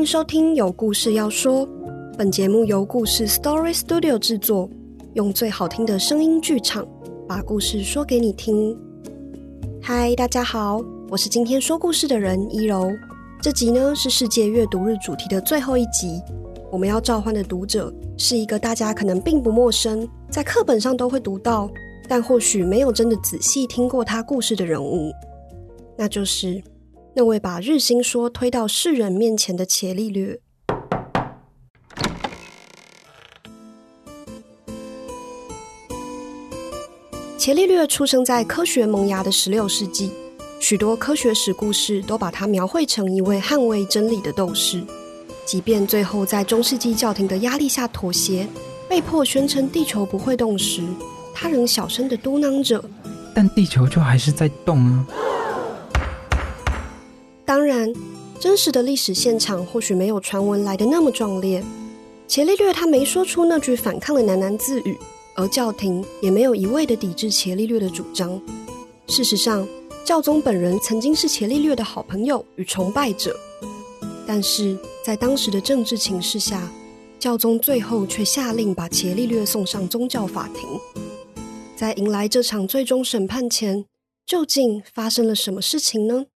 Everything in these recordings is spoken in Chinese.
收听有故事要说，本节目由故事 Story Studio 制作，用最好听的声音剧场把故事说给你听。嗨，大家好，我是今天说故事的人依柔。这集呢是世界阅读日主题的最后一集，我们要召唤的读者是一个大家可能并不陌生，在课本上都会读到，但或许没有真的仔细听过他故事的人物，那就是那位把日心说推到世人面前的伽利略。伽利略出生在科学萌芽的16世纪，许多科学史故事都把他描绘成一位捍卫真理的斗士，即便最后在中世纪教廷的压力下妥协，被迫宣称地球不会动时，他仍小声地嘟囔着， 但地球就还是在动啊。 当然，真实的历史现场或许没有传闻来的那么壮烈。伽利略他没说出那句反抗的喃喃自语，而教廷也没有一味地抵制伽利略的主张。事实上，教宗本人曾经是伽利略的好朋友与崇拜者，但是在当时的政治情势下，教宗最后却下令把伽利略送上宗教法庭。在迎来这场最终审判前，究竟发生了什么事情呢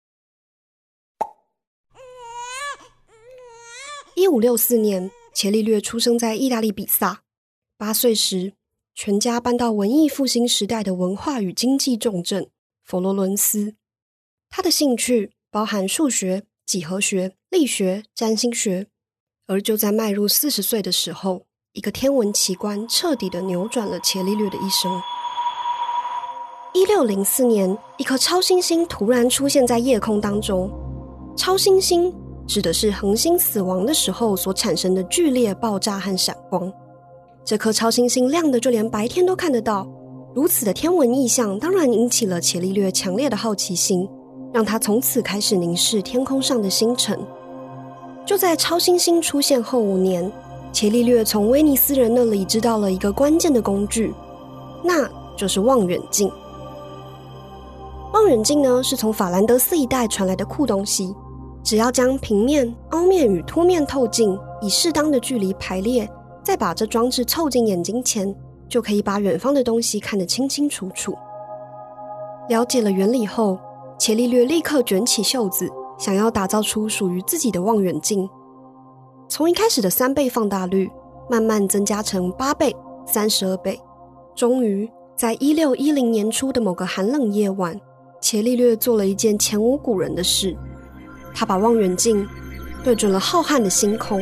？1564年，伽利略出生在意大利比萨。8岁时，全家搬到文艺复兴时代的文化与经济重镇佛罗伦斯。他的兴趣包含数学、几何学、力学、占星学。而就在迈入40岁的时候，一个天文奇观彻底地扭转了伽利略的一生。1604年，一颗超新星突然出现在夜空当中。超新星指的是恒星死亡的时候所产生的剧烈爆炸和闪光。这颗超新星亮的就连白天都看得到，如此的天文异象当然引起了伽利略强烈的好奇心，让他从此开始凝视天空上的星辰。就在超新星出现后5年，伽利略从威尼斯人那里知道了一个关键的工具，那就是望远镜。望远镜呢，是从法兰德斯一带传来的酷东西，只要将平面、凹面与凸面透镜以适当的距离排列，再把这装置凑近眼睛前，就可以把远方的东西看得清清楚楚。了解了原理后，伽利略立刻卷起袖子，想要打造出属于自己的望远镜。从一开始的3倍放大率，慢慢增加成8倍、32倍。终于，在1610年初的某个寒冷夜晚，伽利略做了一件前无古人的事。他把望远镜对准了浩瀚的星空。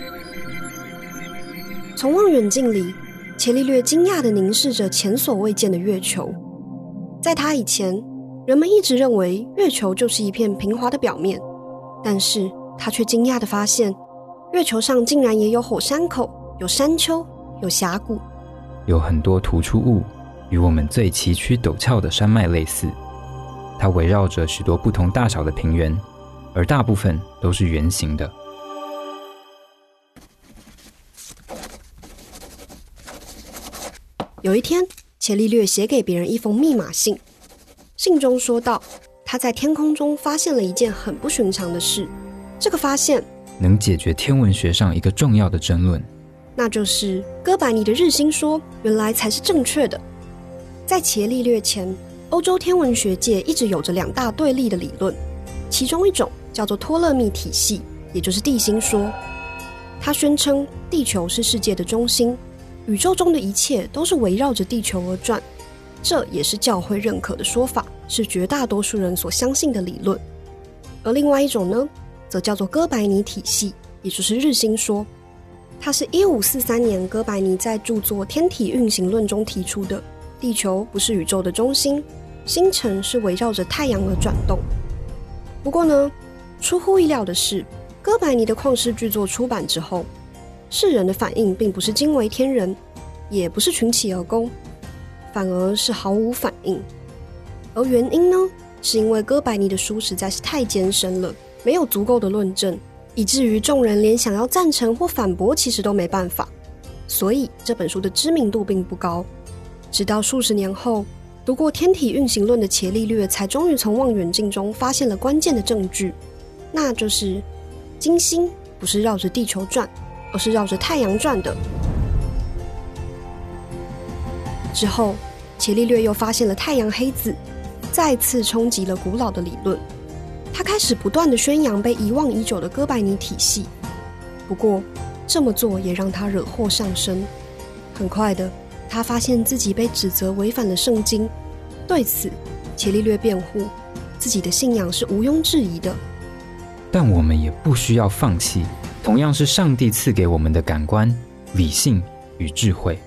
从望远镜里，伽利略惊讶地凝视着前所未见的月球。在他以前，人们一直认为月球就是一片平滑的表面，但是他却惊讶地发现，月球上竟然也有火山口，有山丘，有峡谷， 有很多突出物，与我们最崎岖陡峭的山脉类似。它围绕着许多不同大小的平原，而大部分都是圆形的。 有一天，伽利略写给别人一封密码信，信中说道，他在天空中发现了一件很不寻常的事。这个发现能解决天文学上一个重要的争论， 那就是哥白尼的日心说原来才是正确的。在伽利略前，欧洲天文学界一直有着2大对立的理论，其中一种叫做托勒密体系，也就是地心说。他宣称地球是世界的中心，宇宙中的一切都是围绕着地球而转，这也是教会认可的说法，是绝大多数人所相信的理论。而另外一种呢，则叫做哥白尼体系，也就是日心说。它是1543年哥白尼在著作《天体运行论》中提出的，地球不是宇宙的中心，星辰是围绕着太阳而转动。不过呢，出乎意料的是，哥白尼的旷世巨作出版之后，世人的反应并不是惊为天人，也不是群起而攻，反而是毫无反应。而原因呢，是因为哥白尼的书实在是太艰深了，没有足够的论证，以至于众人连想要赞成或反驳其实都没办法，所以这本书的知名度并不高。直到数十年后，读过《天体运行论》的伽利略才终于从望远镜中发现了关键的证据，那就是金星不是绕着地球转，而是绕着太阳转的。之后，伽利略又发现了太阳黑子，再次冲击了古老的理论。他开始不断地宣扬被遗忘已久的哥白尼体系。不过，这么做也让他惹祸上身。很快的，他发现自己被指责违反了圣经。对此，伽利略辩护，自己的信仰是毋庸置疑的。 但我们也不需要放弃，同样是上帝赐给我们的感官、理性与智慧。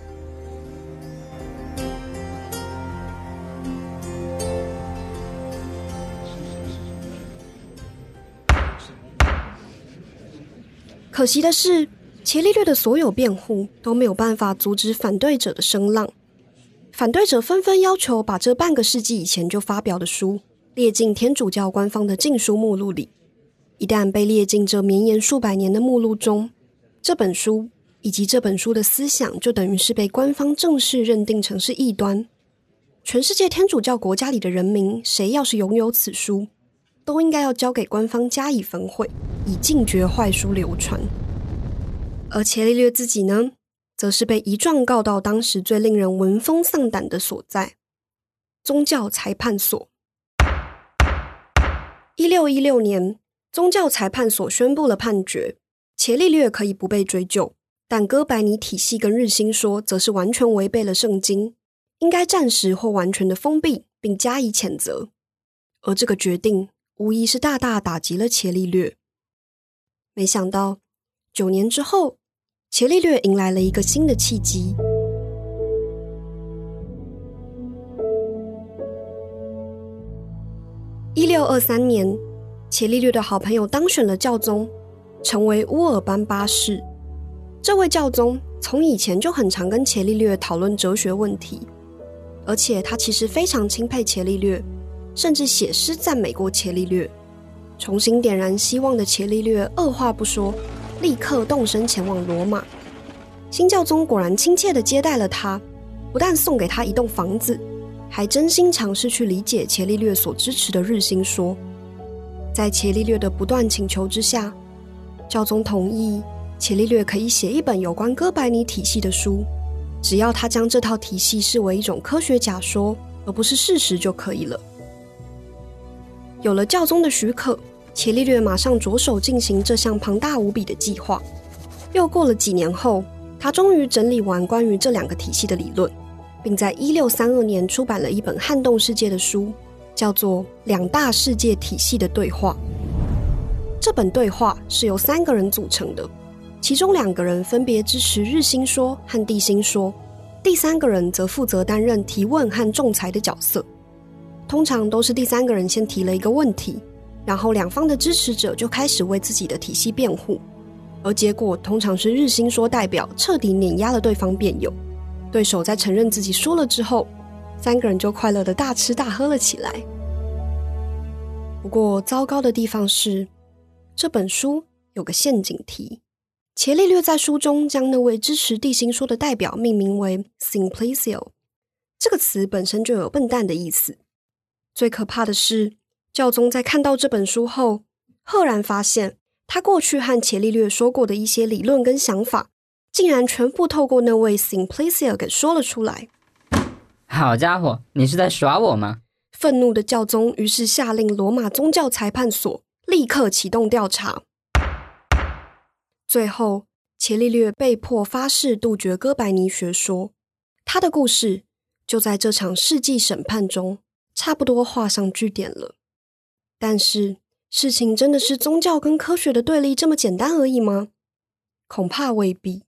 可惜的是，伽利略的所有辩护都没有办法阻止反对者的声浪。反对者纷纷要求把这半个世纪以前就发表的书列进天主教官方的禁书目录里。一旦被列进这绵延数百年的目录中，这本书以及这本书的思想就等于是被官方正式认定成是异端。全世界天主教国家里的人民，谁要是拥有此书，都应该要交给官方加以焚毁，以禁绝坏书流传。而伽利略自己呢，则是被一状告到当时最令人闻风丧胆的所在——宗教裁判所。1616年，宗教裁判所宣布了判决，伽利略可以不被追究，但哥白尼体系跟日心说则是完全违背了圣经，应该暂时或完全的封闭并加以谴责。而这个决定无疑是大大打击了伽利略。没想到9年之后，伽利略迎来了一个新的契机。1623年，伽利略的好朋友当选了教宗，成为乌尔班8世。这位教宗从以前就很常跟伽利略讨论哲学问题，而且他其实非常钦佩伽利略，甚至写诗赞美过伽利略。重新点燃希望的伽利略二话不说，立刻动身前往罗马。新教宗果然亲切地接待了他，不但送给他一栋房子，还真心尝试去理解伽利略所支持的日心说。在伽利略的不断请求之下，教宗同意伽利略可以写一本有关哥白尼体系的书，只要他将这套体系视为一种科学假说，而不是事实就可以了。有了教宗的许可，伽利略马上着手进行这项庞大无比的计划。又过了几年后，他终于整理完关于这两个体系的理论，并在1632年出版了一本撼动世界的书，叫做《两大世界体系的对话》。这本对话是由3个人组成的，其中2个人分别支持日心说和地心说，第3个人则负责担任提问和仲裁的角色。通常都是第3个人先提了一个问题，然后两方的支持者就开始为自己的体系辩护，而结果通常是日心说代表彻底碾压了对方辩友，对手在承认自己输了之后，3个人就快乐的大吃大喝了起来。不过糟糕的地方是，这本书有个陷阱题。伽利略在书中将那位支持地心说的代表命名为 Simplicio， 这个词本身就有笨蛋的意思。最可怕的是，教宗在看到这本书后，赫然发现他过去和伽利略说过的一些理论跟想法，竟然全部透过那位 Simplicio 给说了出来。 好家伙，你是在耍我吗？ 愤怒的教宗于是下令罗马宗教裁判所立刻启动调查。最后，伽利略被迫发誓杜绝哥白尼学说，他的故事就在这场世纪审判中差不多画上句点了。但是，事情真的是宗教跟科学的对立这么简单而已吗？恐怕未必。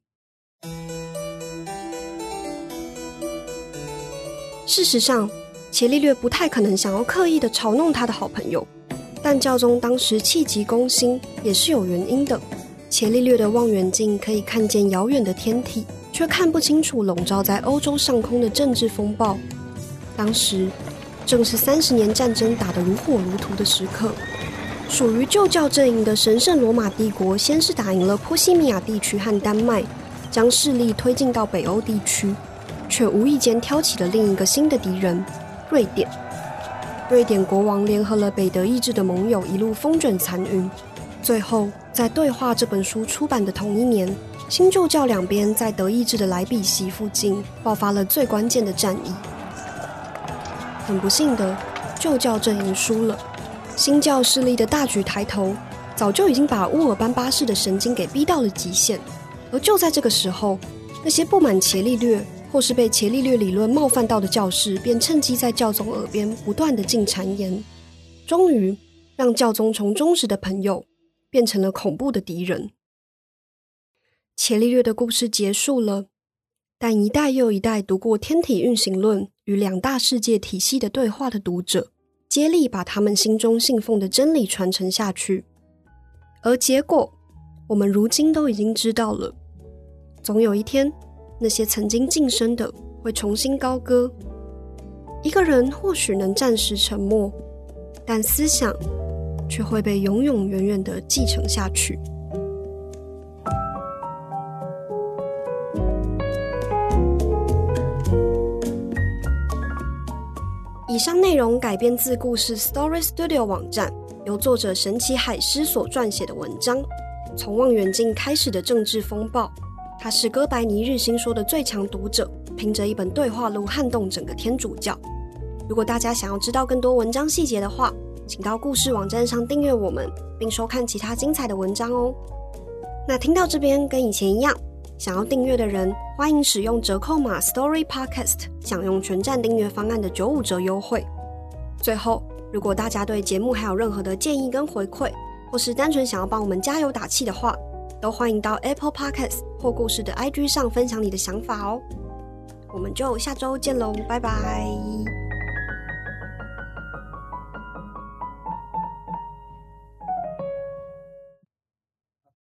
事实上，伽利略不太可能想要刻意的嘲弄他的好朋友，但教宗当时气急攻心也是有原因的。伽利略的望远镜可以看见遥远的天体，却看不清楚笼罩在欧洲上空的政治风暴。当时正是30年战争打得如火如荼的时刻，属于旧教阵营的神圣罗马帝国先是打赢了波西米亚地区和丹麦，将势力推进到北欧地区，却无意间挑起了另一个新的敌人——瑞典。瑞典国王联合了北德意志的盟友，一路风卷残云。 最后，在《对话》这本书出版的同一年，新旧教两边在德意志的莱比锡附近爆发了最关键的战役。很不幸的，旧教阵营输了，新教势力的大举抬头，早就已经把乌尔班八世的神经给逼到了极限。而就在这个时候，那些不满伽利略或是被伽利略理论冒犯到的教士，便趁机在教宗耳边不断的进谗言，终于让教宗从忠实的朋友变成了恐怖的敌人。伽利略的故事结束了，但一代又一代读过天体运行论与两大世界体系的对话的读者，接力把他们心中信奉的真理传承下去。而结果，我们如今都已经知道了。总有一天，那些曾经晋升的会重新高歌。一个人或许能暂时沉默，但思想却会被永永远远地继承下去。以上内容改编自故事 Story Studio 网站，由作者神奇海狮所撰写的文章。从望远镜开始的政治风暴，他是哥白尼日心说的最强读者，凭着一本对话录撼动整个天主教。如果大家想要知道更多文章细节的话，请到故事网站上订阅我们，并收看其他精彩的文章哦。那听到这边跟以前一样，想要订阅的人欢迎使用折扣码 Story Podcast， 享用全站订阅方案的95折优惠。最后，如果大家对节目还有任何的建议跟回馈，或是单纯想要帮我们加油打气的话，都欢迎到 Apple Podcast 或故事的 IG 上分享你的想法哦。我们就下周见喽，拜拜。